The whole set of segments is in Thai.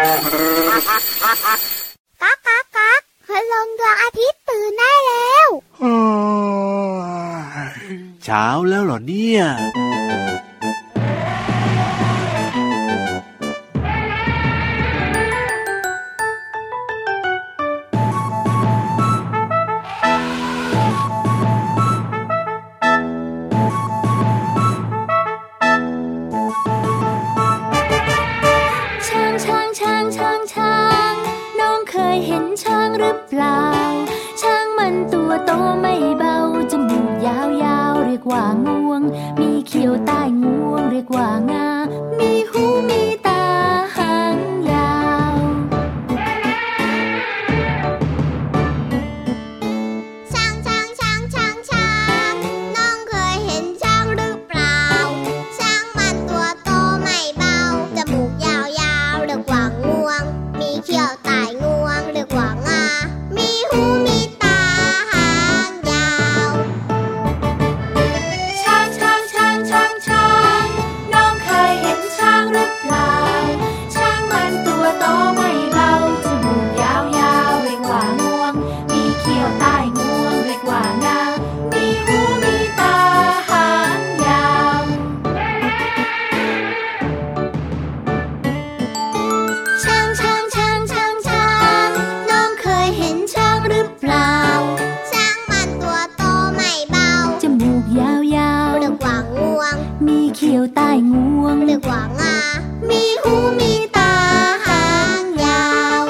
ก๊ากก๊ากก๊ากคืนลงดวงอาทิตย์ตื่นได้แล้วเช้าแล้วเหรอเนี่ยว่างวงมีเขียวใต้งวงเรียกว่างามีหูมีตาหางยาวช้างช้างช้างช้างช้างน้องเคยเห็นช้างหรือเปล่าช้างมันตัวโตไม่เบาจมูกยาวยาวเรียกว่างวงมีเขียวใต้งวงเรียกว่างามีหูมีตาหางยาวเขียวใต้งวงเรียกว่างามีหูมีตาหางยาว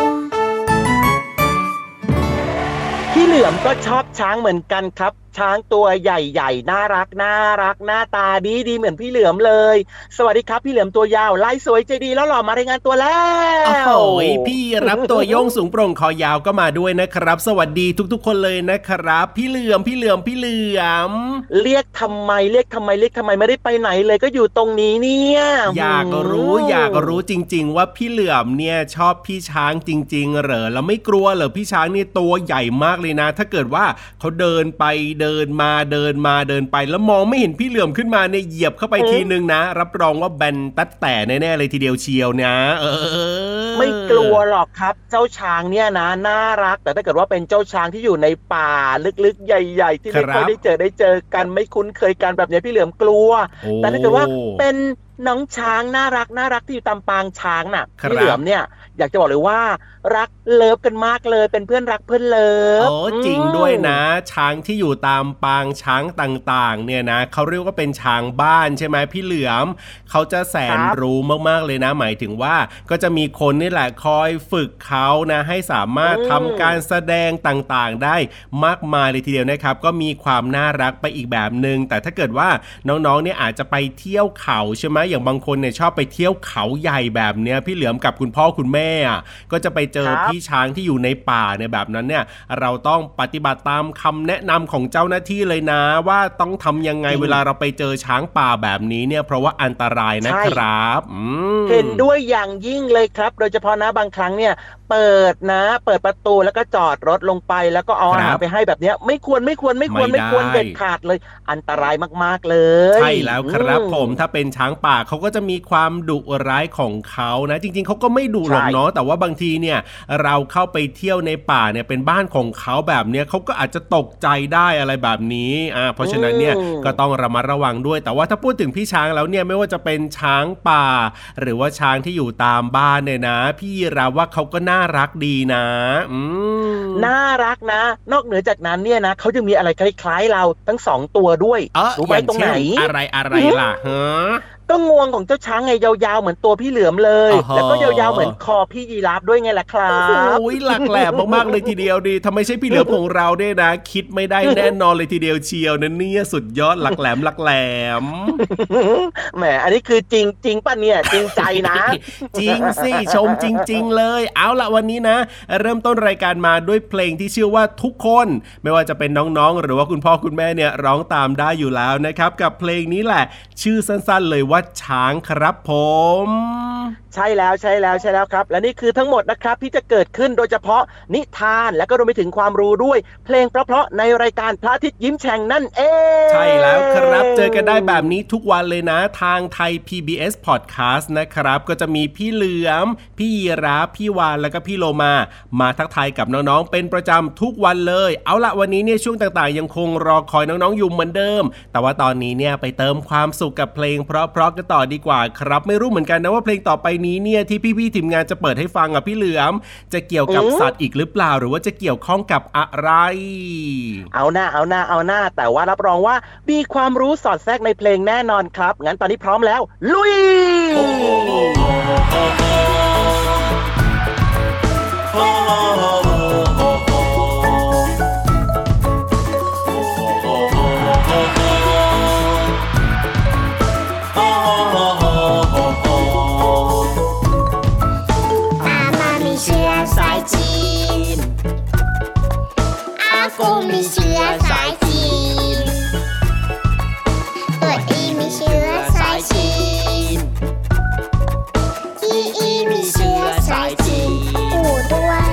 พี่เหลือมก็ชอบช้างเหมือนกันครับช้างตัวใหญ่ๆน่ารักหน้าตาดีเหมือนพี่เหลือมเลยสวัสดีครับพี่เหลือมตัวยาวลายสวยใจดีแล้วหล่อมารายงานตัวแล้วโอ้โหพี่รับตัวโยงสูงโปร่งคอยาวก็มาด้วยนะครับสวัสดีทุกๆคนเลยนะครับพี่เหลือมเรียกทำไมไม่ได้ไปไหนเลยก็อยู่ตรงนี้เนี่ยอยากรู้จริงๆว่าพี่เหลือมเนี่ยชอบพี่ช้างจริงๆเหรอแล้วไม่กลัวเหรอพี่ช้างนี่ตัวใหญ่มากเลยนะถ้าเกิดว่าเขาเดินไปเดินไปแล้วมองไม่เห็นพี่เหลือมขึ้นมาเนี่ยเหยียบเข้าไปทีนึงนะรับรองว่าแบนตัดแต่แน่ๆเลยทีเดียวเชียวนะไม่กลัวหรอกครับเจ้าช้างเนี่ยนะน่ารักแต่ถ้าเกิดว่าเป็นเจ้าช้างที่อยู่ในป่าลึกๆใหญ่ๆที่ไม่ค่อยได้เจอกันไม่คุ้นเคยกันแบบนี้พี่เหลือมกลัวแต่ถ้าเกิดว่าเป็นน้องช้างน่ารักที่อยู่ตามปางช้างน่ะพี่เหลือมเนี่ยอยากจะบอกเลยว่ารักเลิฟกันมากเลยเป็นเพื่อนรักเพื่อนเลิฟโอ้จริงด้วยนะช้างที่อยู่ตามปางช้างต่างๆเนี่ยนะเขาเรียกว่าเป็นช้างบ้านใช่ไหมพี่เหลือมเขาจะแสนรู้มากๆเลยนะหมายถึงว่าก็จะมีคนนี่แหละคอยฝึกเขานะให้สามารถทำการแสดงต่างๆได้มากมายเลยทีเดียวนะครับก็มีความน่ารักไปอีกแบบนึงแต่ถ้าเกิดว่าน้องๆเนี่ยอาจจะไปเที่ยวเขาใช่ไหมอย่างบางคนเนี่ยชอบไปเที่ยวเขาใหญ่แบบเนี้ยพี่เหลือมกับคุณพ่อคุณแม่ก็จะไปเจอพี่ช้างที่อยู่ในป่าเนี่ยแบบนั้นเนี่ยเราต้องปฏิบัติตามคำแนะนำของเจ้าหน้าที่เลยนะว่าต้องทำยังไงเวลาเราไปเจอช้างป่าแบบนี้เนี่ยเพราะว่าอันตรายนะครับเห็นด้วยอย่างยิ่งเลยครับโดยเฉพาะนะบางครั้งเนี่ยเปิดประตูแล้วก็จอดรถลงไปแล้วก็เอาอาหารไปให้แบบนี้ไม่ควรเด็ดขาดเลยอันตรายมากๆเลยใช่แล้วครับผมถ้าเป็นช้างป่าเขาก็จะมีความดุร้ายของเขานะจริงๆเขาก็ไม่ดุหรอกเนาะแต่ว่าบางทีเนี่ยเราเข้าไปเที่ยวในป่าเนี่ยเป็นบ้านของเขาแบบเนี้ยเขาก็อาจจะตกใจได้อะไรแบบนี้เพราะฉะนั้นเนี่ยก็ต้องระมัดระวังด้วยแต่ว่าถ้าพูดถึงพี่ช้างแล้วเนี่ยไม่ว่าจะเป็นช้างป่าหรือว่าช้างที่อยู่ตามบ้านเนี่ยนะพี่ราว่าเขาก็น่ารักดีนะน่ารักนะนอกเหนือจากนั้นเนี่ยนะเขาจะมีอะไรคล้ายๆเราทั้ง2ตัวด้วยรู้ไหมตรงไหนอะไรล่ะฮะก็งวงของเจ้าช้างไงยาวๆเหมือนตัวพี่เหลือมเลยแล้วก็ยาวๆเหมือนคอพี่ยีราฟด้วยไงล่ะครับโอ้ยหลักแหลมมากๆเลยทีเดียวดีทำไมใช่พี่เหลือมของเราเนี่ยนะคิดไม่ได้แน่นอนเลยทีเดียวเชียวนะเนี่ยสุดยอดหลักแหลมแหมอันนี้คือจริงป่ะเนี่ยจริงใจนะจริงสิชมจริงๆเลยเอาล่ะวันนี้นะเริ่มต้นรายการมาด้วยเพลงที่ชื่อว่าทุกคนไม่ว่าจะเป็นน้องๆหรือว่าคุณพ่อคุณแม่เนี่ยร้องตามได้อยู่แล้วนะครับกับเพลงนี้แหละชื่อสั้นๆเลยว่าช้างครับผมใช่แล้วครับและนี่คือทั้งหมดนะครับที่จะเกิดขึ้นโดยเฉพาะนิทานและก็รวมไปถึงความรู้ด้วยเพลงเพราะๆในรายการพระอาทิตย์ยิ้มแฉ่งนั่นเองใช่แล้วครับเจอกันได้แบบนี้ทุกวันเลยนะทางไทย PBS Podcast นะครับก็จะมีพี่เหลือมพี่ยีราฟพี่วานแล้วก็พี่โลมาทักทายกับน้องๆเป็นประจำทุกวันเลยเอาละวันนี้เนี่ยช่วงต่างๆยังคงรอคอยน้องๆอยู่เหมือนเดิมแต่ว่าตอนนี้เนี่ยไปเติมความสุขกับเพลงเพราะๆกันต่อดีกว่าครับไม่รู้เหมือนกันนะว่าเพลงต่อไปนี้เนี่ยที่พี่ๆทีมงานจะเปิดให้ฟังอ่ะพี่เหลือมจะเกี่ยวกับสัตว์อีกหรือเปล่าหรือว่าจะเกี่ยวข้องกับอะไรเอาหน้าแต่ว่ารับรองว่ามีความรู้สอดแทรกในเพลงแน่นอนครับงั้นตอนนี้พร้อมแล้วลุยมีเชื้อสายจีนตัวอีมีเชื้อสายจีนอีมีเชื้อสายจีนปู่ด้วย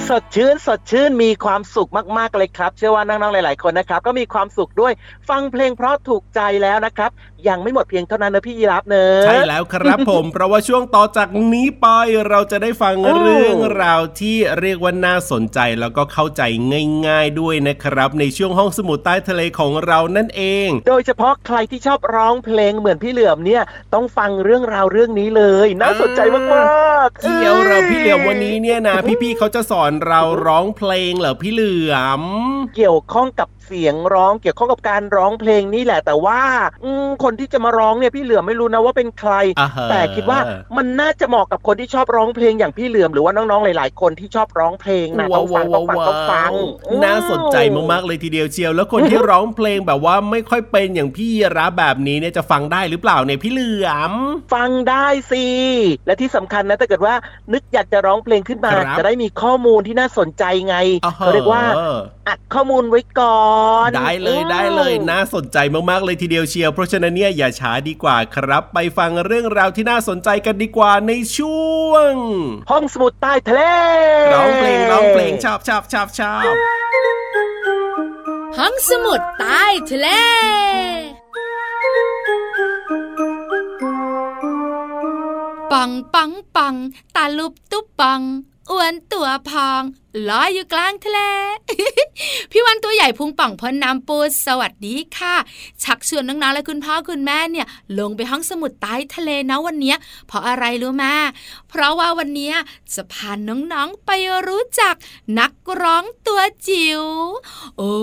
สดชื่นมีความสุขมากๆเลยครับเชื่อว่าน้องๆหลายๆคนนะครับก็มีความสุขด้วยฟังเพลงเพราะถูกใจแล้วนะครับยังไม่หมดเพียงเท่านั้นนะพี่ยีราฟเนอะใช่แล้วครับผม เพราะว่าช่วงต่อจากนี้ไปเราจะได้ฟังเรื่องราวที่เรียกว่าน่าสนใจแล้วก็เข้าใจง่ายๆด้วยนะครับในช่วงห้องสมุดใต้ทะเลของเรานั่นเองโดยเฉพาะใครที่ชอบร้องเพลงเหมือนพี่เหลือมเนี่ยต้องฟังเรื่องราวเรื่องนี้เลยน่าสนใจมากๆเกี่ยวเราพี่เหลือมวันนี้เนี่ยนะพี่ๆเขาจะสอนเราร้องเพลงเหรอพี่เหลือมเกี่ยวข้องกับเสียงร้องเกี่ยวข้องกับการร้องเพลงนี่แหละแต่ว่าคนที่จะมาร้องเนี่ยพี่เหลือมไม่รู้นะว่าเป็นใครแต่คิดว่ามันน่าจะเหมาะกับคนที่ชอบร้องเพลงอย่างพี่เหลือมหรือว่าน้องๆหลายๆคนที่ชอบร้องเพลงนะต้องฟังน่าสนใจมากๆเลยทีเดียวเชียวแล้วคนที่ร้องเพลงแบบว่าไม่ค่อยเป็นอย่างพี่ระแบบนี้เนี่ยจะฟังได้หรือเปล่าเนี่ยพี่เหลือมฟังได้สิและที่สำคัญนะถ้าเกิดว่านึกอยากจะร้องเพลงขึ้นมาจะได้มีข้อมูลที่น่าสนใจไงเขาเรียกว่าอัดข้อมูลไว้ก่อนได้เลยน่าสนใจมากๆเลยทีเดียวเชียวเพราะฉะนั้นเนี่ยอย่าช้าดีกว่าครับไปฟังเรื่องราวที่น่าสนใจกันดีกว่าในช่วงห้องสมุดใต้ทะเลร้องเพลงชอบห้องสมุดใต้ทะเลปังตาลุบตุ๊บปังอ้วนตัวพองลอยอยู่กลางทะเล พี่วันตัวใหญ่พุงป่องพ้นน้ำปูสวัสดีค่ะชักชวนน้องๆและคุณพ่อคุณแม่เนี่ยลงไปห้องสมุดใต้ทะเลนะวันนี้เพราะอะไรรู้มาเพราะว่าวันนี้จะพาน้องๆไปรู้จักนักร้องตัวจิ๋วโอ้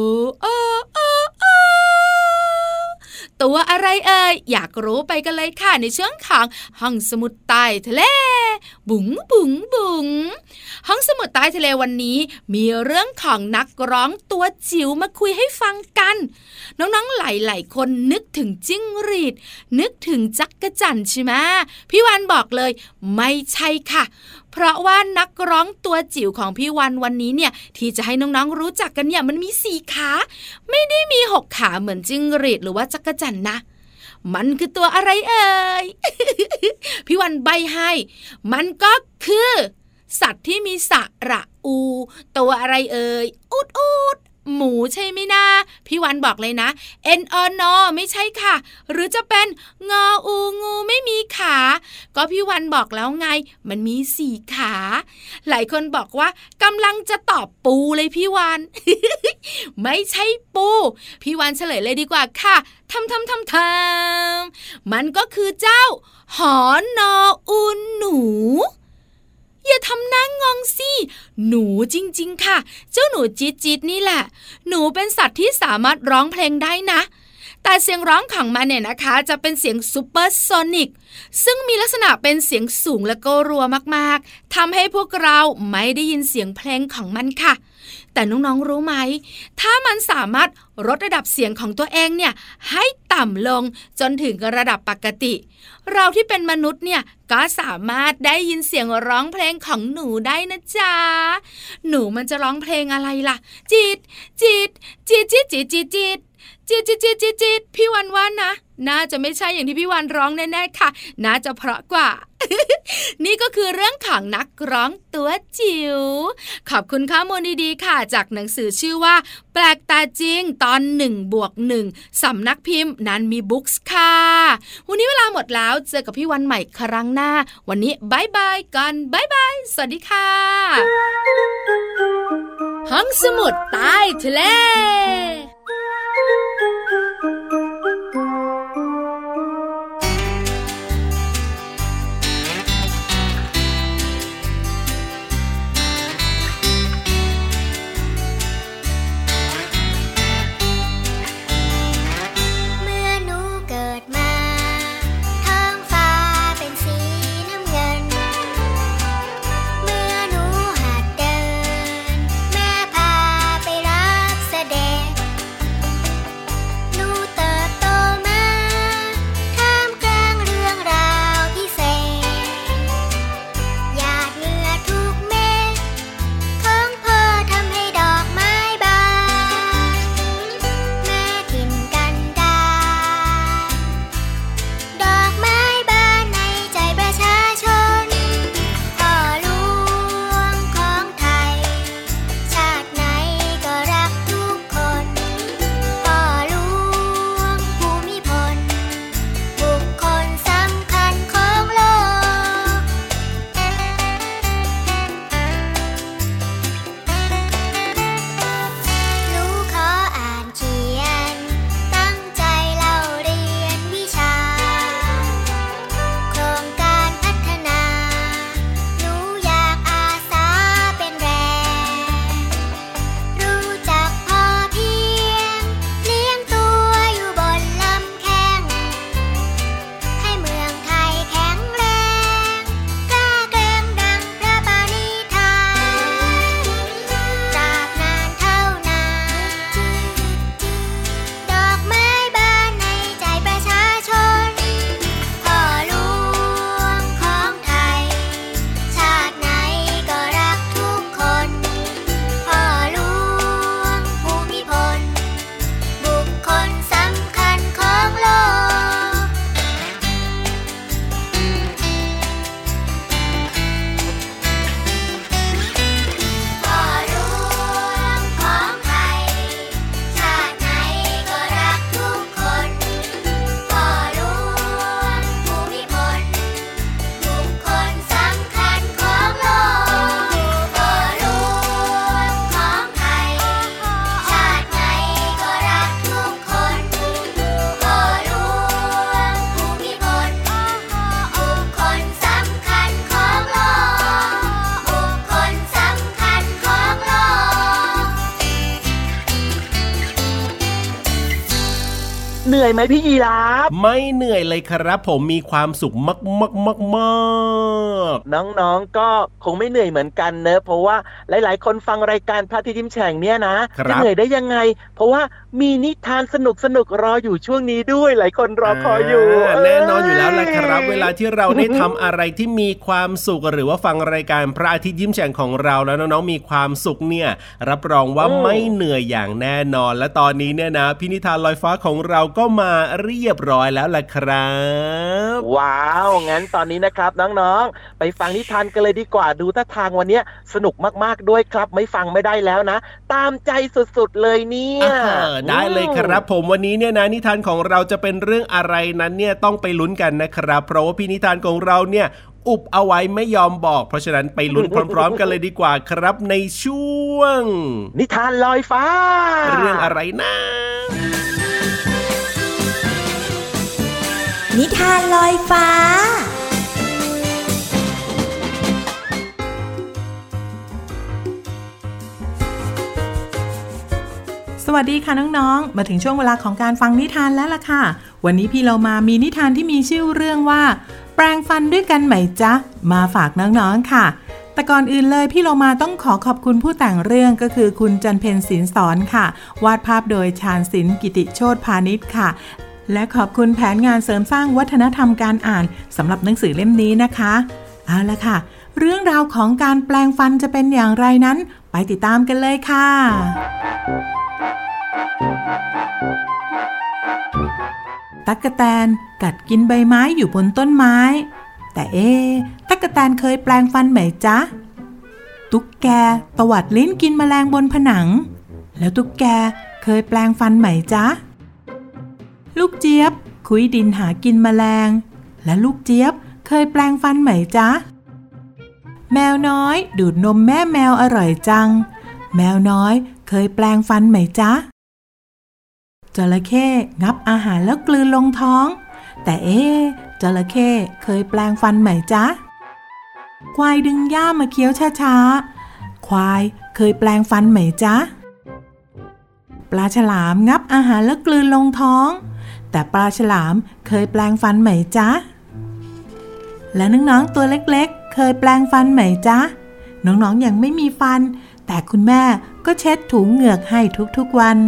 ตัวอะไรเอ่ยอยากรู้ไปกันเลยค่ะในช่วงของห้องสมุดใต้ทะเลบุ๋งห้องสมุดใต้ทะเลวันนี้มีเรื่องของนักร้องตัวจิ๋วมาคุยให้ฟังกันน้องๆหลายๆคนนึกถึงจิ้งหรีดนึกถึงจักรจั่นใช่ไหมพี่วันบอกเลยไม่ใช่ค่ะเพราะว่านักร้องตัวจิ๋วของพี่วันนี้เนี่ยที่จะให้น้องๆรู้จักกันเนี่ยมันมี4ขาไม่ได้มี6ขาเหมือนจิ้งหรีดหรือว่าจักรจั่นนะมันคือตัวอะไรเอ่ย พี่วันใบให้มันก็คือสัตว์ที่มีสระอูตัวอะไรเอ่ยอูดหมูใช่ไหมนะพี่วันบอกเลยนะ n o no ไม่ใช่ค่ะหรือจะเป็นงออูงูไม่มีขาก็พี่วันบอกแล้วไงมันมี4ขาหลายคนบอกว่ากำลังจะตอบปูเลยพี่วัน ไม่ใช่ปูพี่วันเฉลยเลยดีกว่าค่ะทำมันก็คือเจ้าหอนออูหนูอย่าทำหน้างงสิหนูจริงๆค่ะเจ้าหนูจี๊ดนี่แหละหนูเป็นสัตว์ที่สามารถร้องเพลงได้นะแต่เสียงร้องของมันเนี่ยนะคะจะเป็นเสียงซูเปอร์โซนิกซึ่งมีลักษณะเป็นเสียงสูงและก็รัวมากๆทำให้พวกเราไม่ได้ยินเสียงเพลงของมันค่ะแต่น้องๆรู้ไหมถ้ามันสามารถลดระดับเสียงของตัวเองเนี่ยให้ต่ำลงจนถึงระดับปกติเราที่เป็นมนุษย์เนี่ยก็สามารถได้ยินเสียงร้องเพลงของหนูได้นะจ๊ะหนูมันจะร้องเพลงอะไรล่ะจิตพี่วันว่านะน่าจะไม่ใช่อย่างที่พี่วันร้องแน่ๆค่ะน่าจะเพราะกว่า นี่ก็คือเรื่องของนักร้องตัวจิ๋วขอบคุณข้อมูลดีๆค่ะจากหนังสือชื่อว่าแปลกตาจริงตอน1+1สำนักพิมพ์นันมีบุ๊กส์ค่ะวันนี้เวลาหมดแล้วเจอกับพี่วันใหม่ครั้งหน้าวันนี้บ๊ายบายกันบ๊ายบายสวัสดีค่ะห้องสมุดใต้ทะเลเเหนื่อยไหมพี่ยีราฟไม่เหนื่อยเลยครับผมมีความสุขมากๆน้องๆก็คงไม่เหนื่อยเหมือนกันเนอะเพราะว่าหลายๆคนฟังรายการพระอาทิตย์ยิ้มแฉ่งเนี่ยนะจะเหนื่อยได้ยังไงเพราะว่ามีนิทานสนุกๆรออยู่ช่วงนี้ด้วยหลายคนรอคอยอยู่แน่นอนอยู่แล้วแหละครับเวลาที่เราได้ทำอะไรที่มีความสุขหรือว่าฟังรายการพระอาทิตย์ยิ้มแฉ่งของเราแล้วน้องๆมีความสุขเนี่ยรับรองว่าไม่เหนื่อยอย่างแน่นอนและตอนนี้เนี่ยนะพี่นิทานลอยฟ้าของเราก็มาเรียบร้อยแล้วล่ะครับว้าวงั้นตอนนี้นะครับน้องๆไปฟังนิทานกันเลยดีกว่าดูท่าทางวันนี้สนุกมากๆด้วยครับไม่ฟังไม่ได้แล้วนะตามใจสุดๆเลยเนี่ยได้เลยครับผมวันนี้เนี่ยนะนิทานของเราจะเป็นเรื่องอะไรนั้นเนี่ยต้องไปลุ้นกันนะครับเพราะว่าพี่นิทานของเราเนี่ยอุบเอาไว้ไม่ยอมบอกเพราะฉะนั้นไปลุ้นพร้อมๆกันเลยดีกว่าครับในช่วงนิทานลอยฟ้าเรื่องอะไรนะนิทานลอยฟ้าสวัสดีค่ะน้องๆมาถึงช่วงเวลาของการฟังนิทานแล้วล่ะค่ะวันนี้พี่เรามามีนิทานที่มีชื่อเรื่องว่าแปรงฟันด้วยกันไหมจ๊ะมาฝากน้องๆค่ะแต่ก่อนอื่นเลยพี่เรามาต้องขอบคุณผู้แต่งเรื่องก็คือคุณจันเพ็ญศิลป์สอนค่ะวาดภาพโดยชาญศิลป์กิติโชติพาณิชย์ค่ะและขอบคุณแผนงานเสริมสร้างวัฒนธรรมการอ่านสำหรับหนังสือเล่มนี้นะคะเอาละค่ะเรื่องราวของการแปรงฟันจะเป็นอย่างไรนั้นไปติดตามกันเลยค่ะตั๊กแตนกัดกินใบไม้อยู่บนต้นไม้แต่ตั๊กแตนเคยแปรงฟันไหมจ๊ะตุ๊กแกตวัดลิ้นกินแมลงบนผนังแล้วตุ๊กแกเคยแปรงฟันไหมจ๊ะลูกเจี๊ยบคุ้ยดินหากินแมลงและลูกเจี๊ยบเคยแปรงฟันไหมจ๊ะแมวน้อยดูดนมแม่แมวอร่อยจังแมวน้อยเคยแปรงฟันไหมจ๊ะจระเข้งับอาหารแล้วกลืนลงท้องแต่จระเข้เคยแปรงฟันไหมจ๊ะควายดึงหญ้ามาเคี้ยวช้าๆควายเคยแปรงฟันไหมจ๊ะปลาฉลามงับอาหารแล้วกลืนลงท้องแต่ปลาฉลามเคยแปรงฟันไหมจ๊ะและน้องๆตัวเล็กๆเคยแปรงฟันไหมจ๊ะน้องๆยังไม่มีฟันแต่คุณแม่ก็เช็ดถูเหงือกให้ทุกๆวัน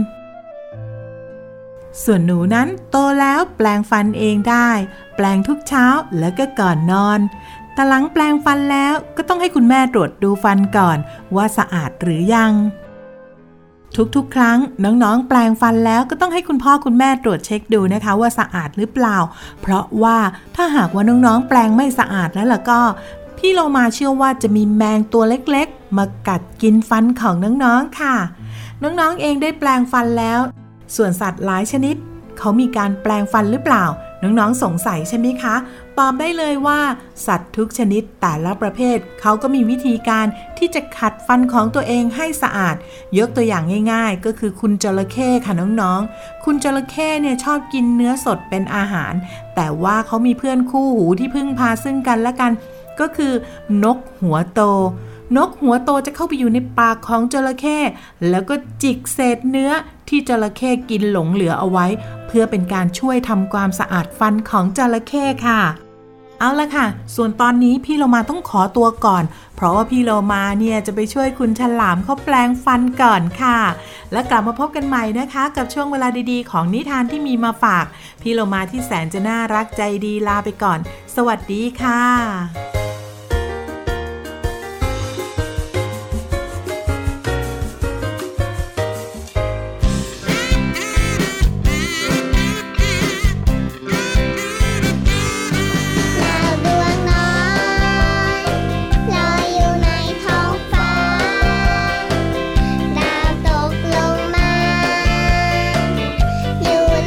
ส่วนหนูนั้นโตแล้วแปรงฟันเองได้แปรงทุกเช้าแล้วก็ก่อนนอนแต่หลังแปรงฟันแล้วก็ต้องให้คุณแม่ตรวจดูฟันก่อนว่าสะอาดหรือยังทุกๆครั้งน้องๆแปรงฟันแล้วก็ต้องให้คุณพ่อคุณแม่ตรวจเช็คดูนะคะว่าสะอาดหรือเปล่าเพราะว่าถ้าหากว่าน้องๆแปรงไม่สะอาดแล้วล่ะก็พี่โลมาเชื่อว่าจะมีแมงตัวเล็กๆมากัดกินฟันของน้องๆค่ะน้องๆเองได้แปรงฟันแล้วส่วนสัตว์หลายชนิดเขามีการแปรงฟันหรือเปล่าน้องๆสงสัยใช่ไหมคะตอบได้เลยว่าสัตว์ทุกชนิดแต่ละประเภทเขาก็มีวิธีการที่จะขัดฟันของตัวเองให้สะอาดยกตัวอย่างง่ายๆก็คือคุณจระเข้ค่ะน้องๆคุณจระเข้เนี่ยชอบกินเนื้อสดเป็นอาหารแต่ว่าเขามีเพื่อนคู่หูที่พึ่งพาซึ่งกันและกันก็คือนกหัวโตนกหัวโตจะเข้าไปอยู่ในปากของจระเข้แล้วก็จิกเศษเนื้อที่จระเข้กินหลงเหลือเอาไว้เพื่อเป็นการช่วยทำความสะอาดฟันของจระเข้ค่ะเอาละค่ะส่วนตอนนี้พี่โลมาต้องขอตัวก่อนเพราะว่าพี่โลมาเนี่ยจะไปช่วยคุณฉลามเขาแปรงฟันก่อนค่ะแล้วกลับมาพบกันใหม่นะคะกับช่วงเวลาดีๆของนิทานที่มีมาฝากพี่โลมาที่แสนจะน่ารักใจดีลาไปก่อนสวัสดีค่ะ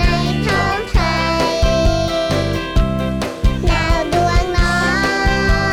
ด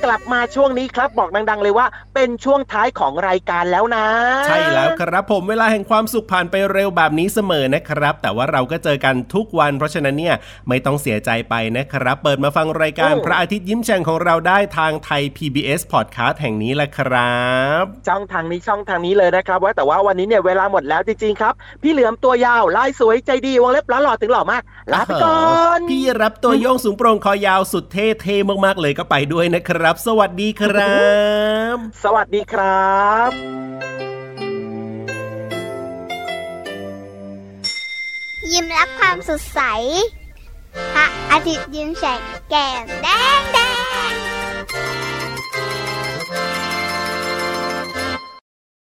ลับมาช่วงนี้ครับบอกดังๆเลยว่าเป็นช่วงท้ายของรายการแล้วนะใช่แล้วครับผมเวลาแห่งความสุขผ่านไปเร็วแบบนี้เสมอนะครับแต่ว่าเราก็เจอกันทุกวันเพราะฉะนั้นเนี่ยไม่ต้องเสียใจไปนะครับเปิดมาฟังรายการพระอาทิตย์ยิ้มแฉ่งของเราได้ทางไทย PBS Podcast แห่งนี้แหละครับช่องทางนี้เลยนะครับว่าแต่ว่าวันนี้เนี่ยเวลาหมดแล้วจริงๆครับพี่เหลือมตัวยาวลายสวยใจดีวงเล็บหล่อถึงหล่อมากลาไปก่อนพี่รับตัวโยงสูงโปร่งคอยาวสุดเท่มากๆเลยก็ไปด้วยนะครับสวัสดีครับสวัสดีครับยิ้มรับความสดใสพระอาทิตย์ยิ้มแฉกแก้มแดง